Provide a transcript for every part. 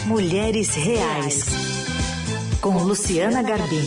Mulheres Reais, com Luciana Garbim.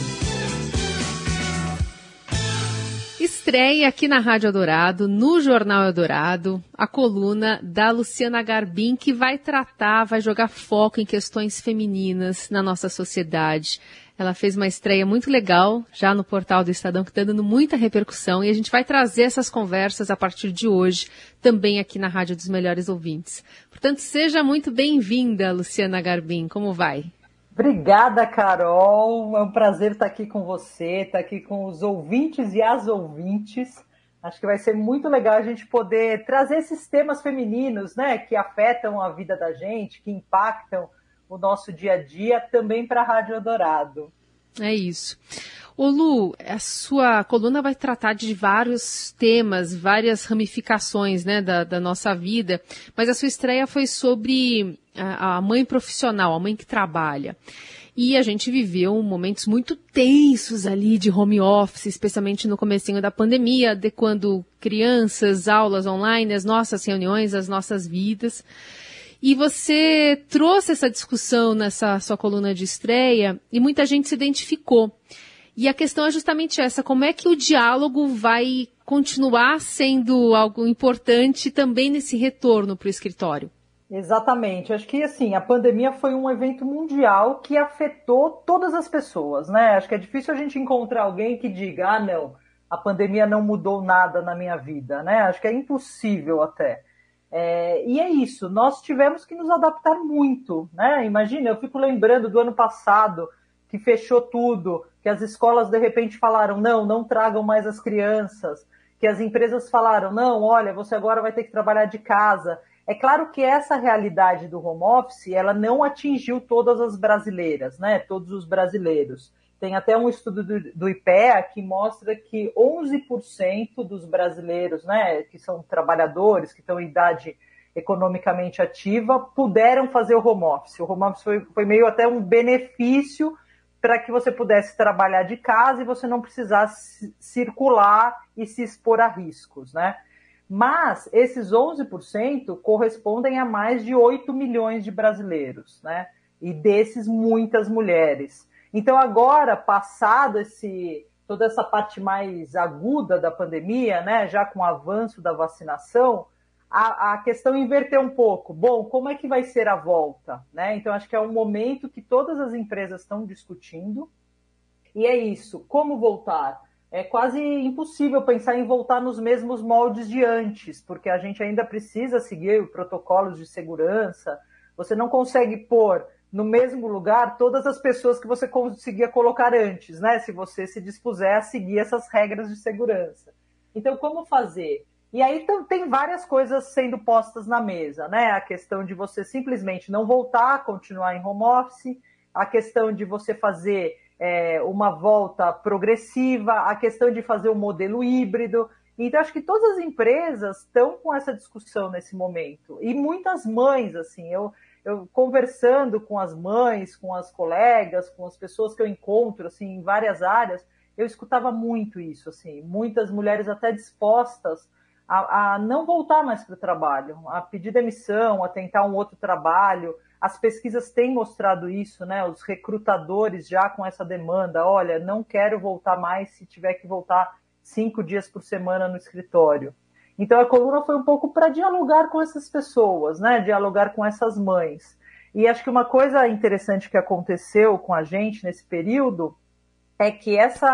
Estreia aqui na Rádio Eldorado, no Jornal Eldorado, a coluna da Luciana Garbim, que vai jogar foco em questões femininas na nossa sociedade. Ela fez uma estreia muito legal já no portal do Estadão, que está dando muita repercussão, e a gente vai trazer essas conversas a partir de hoje, também aqui na Rádio dos Melhores Ouvintes. Portanto, seja muito bem-vinda, Luciana Garbim. Como vai? Obrigada, Carol. É um prazer estar aqui com você, estar aqui com os ouvintes e as ouvintes. Acho que vai ser muito legal a gente poder trazer esses temas femininos, né, que afetam a vida da gente, que impactam o nosso dia a dia, também para a Rádio Eldorado. É isso. Ô Lu, a sua coluna vai tratar de vários temas, várias ramificações, né, da nossa vida, mas a sua estreia foi sobre a mãe profissional, a mãe que trabalha. E a gente viveu momentos muito tensos ali de home office, especialmente no comecinho da pandemia, adequando crianças, aulas online, as nossas reuniões, as nossas vidas. E você trouxe essa discussão nessa sua coluna de estreia e muita gente se identificou. E a questão é justamente essa, como é que o diálogo vai continuar sendo algo importante também nesse retorno para o escritório? Exatamente. Acho que assim, a pandemia foi um evento mundial que afetou todas as pessoas, né? Acho que é difícil a gente encontrar alguém que diga, não, a pandemia não mudou nada na minha vida, né? Acho que é impossível até. E é isso, nós tivemos que nos adaptar muito, né? Imagina, eu fico lembrando do ano passado, que fechou tudo, que as escolas de repente falaram, não tragam mais as crianças, que as empresas falaram, não, olha, você agora vai ter que trabalhar de casa. É claro que essa realidade do home office, ela não atingiu todas as brasileiras, né? Todos os brasileiros. Tem até um estudo do IPEA que mostra que 11% dos brasileiros, né, que são trabalhadores, que estão em idade economicamente ativa, puderam fazer o home office. O home office foi meio até um benefício para que você pudesse trabalhar de casa e você não precisasse circular e se expor a riscos, né? Mas esses 11% correspondem a mais de 8 milhões de brasileiros, né? E desses, muitas mulheres. Então agora, passado toda essa parte mais aguda da pandemia, né, já com o avanço da vacinação, a questão inverteu um pouco. Bom, como é que vai ser a volta? Né? Então acho que é um momento que todas as empresas estão discutindo. E é isso, como voltar? É quase impossível pensar em voltar nos mesmos moldes de antes, porque a gente ainda precisa seguir protocolos de segurança. Você não consegue pôr no mesmo lugar todas as pessoas que você conseguia colocar antes, né? Se você se dispuser a seguir essas regras de segurança. Então, como fazer? E aí tem várias coisas sendo postas na mesa, né? A questão de você simplesmente não voltar, continuar em home office, a questão de você fazer uma volta progressiva, a questão de fazer um modelo híbrido. Então, acho que todas as empresas estão com essa discussão nesse momento. E muitas mães, assim, eu conversando com as mães, com as colegas, com as pessoas que eu encontro, assim, em várias áreas, eu escutava muito isso, assim, muitas mulheres até dispostas a não voltar mais para o trabalho, a pedir demissão, a tentar um outro trabalho. As pesquisas têm mostrado isso, né? Os recrutadores já com essa demanda, olha, não quero voltar mais se tiver que voltar 5 dias por semana no escritório. Então a coluna foi um pouco para dialogar com essas pessoas, né? Dialogar com essas mães. E acho que uma coisa interessante que aconteceu com a gente nesse período é que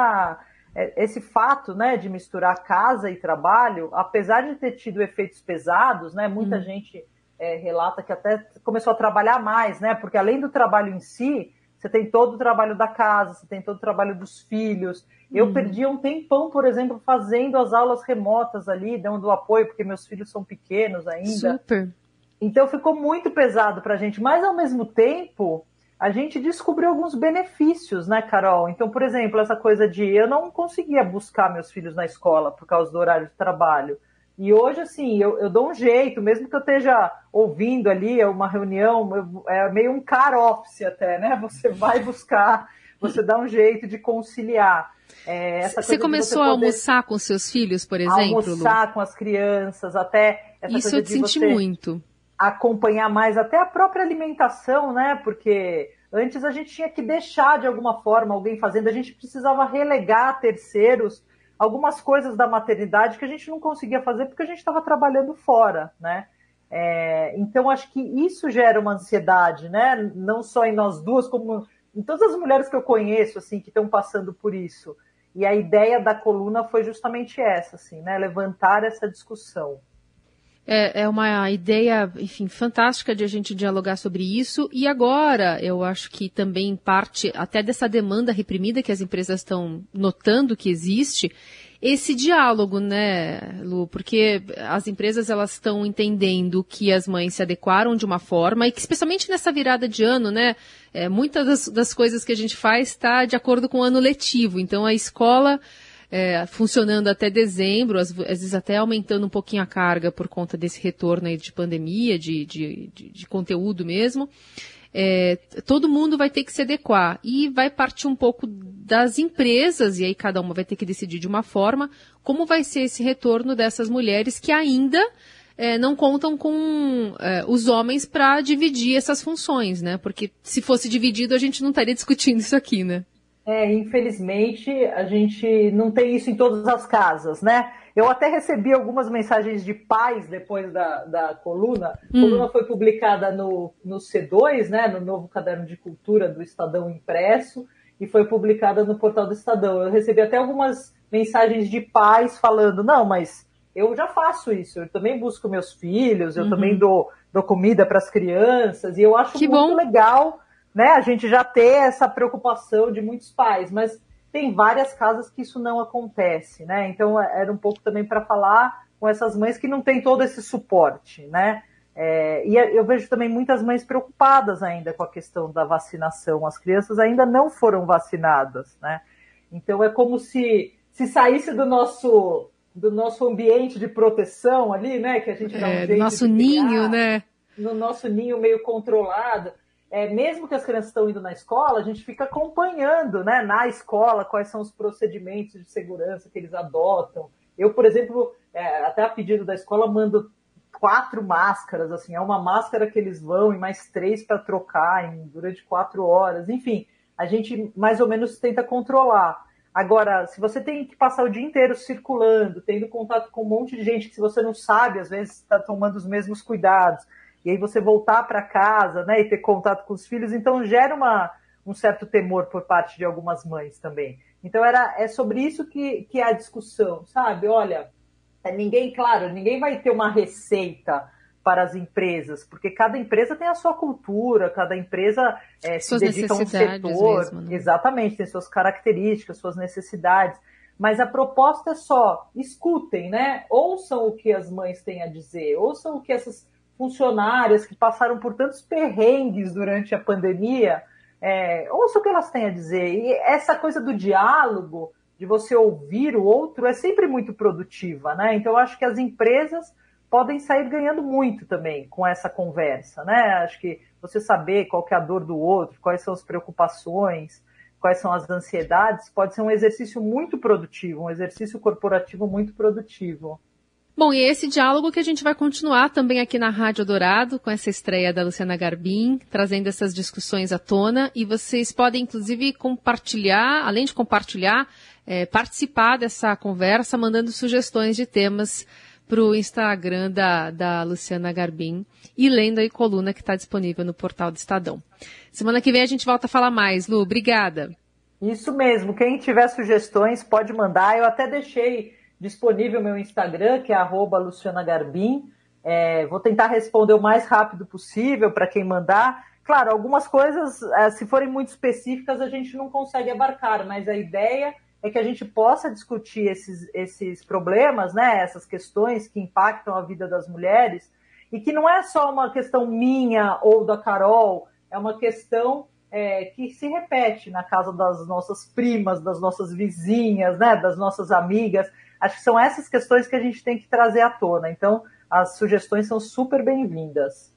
esse fato, né, de misturar casa e trabalho, apesar de ter tido efeitos pesados, né? Muita gente relata que até começou a trabalhar mais, né? Porque além do trabalho em si, você tem todo o trabalho da casa, você tem todo o trabalho dos filhos. Eu perdi um tempão, por exemplo, fazendo as aulas remotas ali, dando apoio, porque meus filhos são pequenos ainda. Super. Então ficou muito pesado pra gente, mas ao mesmo tempo, a gente descobriu alguns benefícios, né, Carol? Então, por exemplo, essa coisa de eu não conseguia buscar meus filhos na escola por causa do horário de trabalho. E hoje, assim, eu dou um jeito, mesmo que eu esteja ouvindo ali uma reunião, é meio um car office até, né? Você vai buscar, você dá um jeito de conciliar. Você começou a almoçar com seus filhos, por exemplo, almoçar, Lu? Com as crianças, até essa isso coisa eu te senti muito. acompanhar mais até a própria alimentação, né? Porque antes a gente tinha que deixar de alguma forma alguém fazendo, a gente precisava relegar a terceiros algumas coisas da maternidade que a gente não conseguia fazer porque a gente estava trabalhando fora, né? Então acho que isso gera uma ansiedade, né? Não só em nós duas, como em todas as mulheres que eu conheço, assim, que estão passando por isso. E a ideia da coluna foi justamente essa, assim, né? Levantar essa discussão. É uma ideia, enfim, fantástica de a gente dialogar sobre isso. E agora, eu acho que também parte até dessa demanda reprimida que as empresas estão notando que existe, esse diálogo, né, Lu? Porque as empresas, elas estão entendendo que as mães se adequaram de uma forma e que, especialmente nessa virada de ano, né, muitas das coisas que a gente faz está de acordo com o ano letivo. Então, a escola funcionando até dezembro, às vezes até aumentando um pouquinho a carga por conta desse retorno aí de pandemia, de conteúdo mesmo. Todo mundo vai ter que se adequar e vai partir um pouco das empresas, e aí cada uma vai ter que decidir de uma forma como vai ser esse retorno dessas mulheres que ainda não contam com os homens para dividir essas funções, né? Porque se fosse dividido a gente não estaria discutindo isso aqui, né? Infelizmente, a gente não tem isso em todas as casas, né? Eu até recebi algumas mensagens de pais depois da coluna. A coluna foi publicada no C2, né, no novo caderno de cultura do Estadão impresso, e foi publicada no portal do Estadão. Eu recebi até algumas mensagens de pais falando, não, mas eu já faço isso, eu também busco meus filhos, eu também dou comida para as crianças, e eu acho muito legal, né, a gente já ter essa preocupação de muitos pais, mas tem várias casas que isso não acontece, né? Então era um pouco também para falar com essas mães que não têm todo esse suporte, né? E eu vejo também muitas mães preocupadas ainda com a questão da vacinação. As crianças ainda não foram vacinadas, né? Então é como se saísse do nosso ambiente de proteção ali, né? Que a gente dá um jeito nosso ninho, né? No nosso ninho meio controlado. Mesmo que as crianças estão indo na escola, a gente fica acompanhando, né, na escola quais são os procedimentos de segurança que eles adotam. Eu, por exemplo, até a pedido da escola, mando 4 máscaras, assim, é uma máscara que eles vão e mais 3 para trocar durante 4 horas. Enfim, a gente mais ou menos tenta controlar. Agora, se você tem que passar o dia inteiro circulando, tendo contato com um monte de gente que, se você não sabe, às vezes está tomando os mesmos cuidados, e aí você voltar para casa, né, e ter contato com os filhos, então gera um certo temor por parte de algumas mães também. Então é sobre isso que é a discussão, sabe? Olha, ninguém vai ter uma receita para as empresas, porque cada empresa tem a sua cultura, cada empresa se dedica a um setor. Mesmo, né? Exatamente, tem suas características, suas necessidades. Mas a proposta é só, escutem, né? Ouçam o que as mães têm a dizer, ouçam o que essas funcionárias que passaram por tantos perrengues durante a pandemia, ouça o que elas têm a dizer. E essa coisa do diálogo, de você ouvir o outro, é sempre muito produtiva, né? Então, eu acho que as empresas podem sair ganhando muito também com essa conversa, né? Acho que você saber qual que é a dor do outro, quais são as preocupações, quais são as ansiedades, pode ser um exercício muito produtivo, um exercício corporativo muito produtivo. Bom, e esse diálogo que a gente vai continuar também aqui na Rádio Dourado, com essa estreia da Luciana Garbim, trazendo essas discussões à tona, e vocês podem, inclusive, compartilhar, além de compartilhar, participar dessa conversa, mandando sugestões de temas para o Instagram da Luciana Garbim e lendo a coluna que está disponível no portal do Estadão. Semana que vem a gente volta a falar mais. Lu, obrigada. Isso mesmo, quem tiver sugestões pode mandar, eu até deixei disponível meu Instagram, que é @LucianaGarbim. Vou tentar responder o mais rápido possível para quem mandar. Claro, algumas coisas, se forem muito específicas, a gente não consegue abarcar, mas a ideia é que a gente possa discutir esses problemas, né, essas questões que impactam a vida das mulheres, e que não é só uma questão minha ou da Carol, é uma questão que se repete na casa das nossas primas, das nossas vizinhas, né, das nossas amigas. Acho que são essas questões que a gente tem que trazer à tona. Então, as sugestões são super bem-vindas.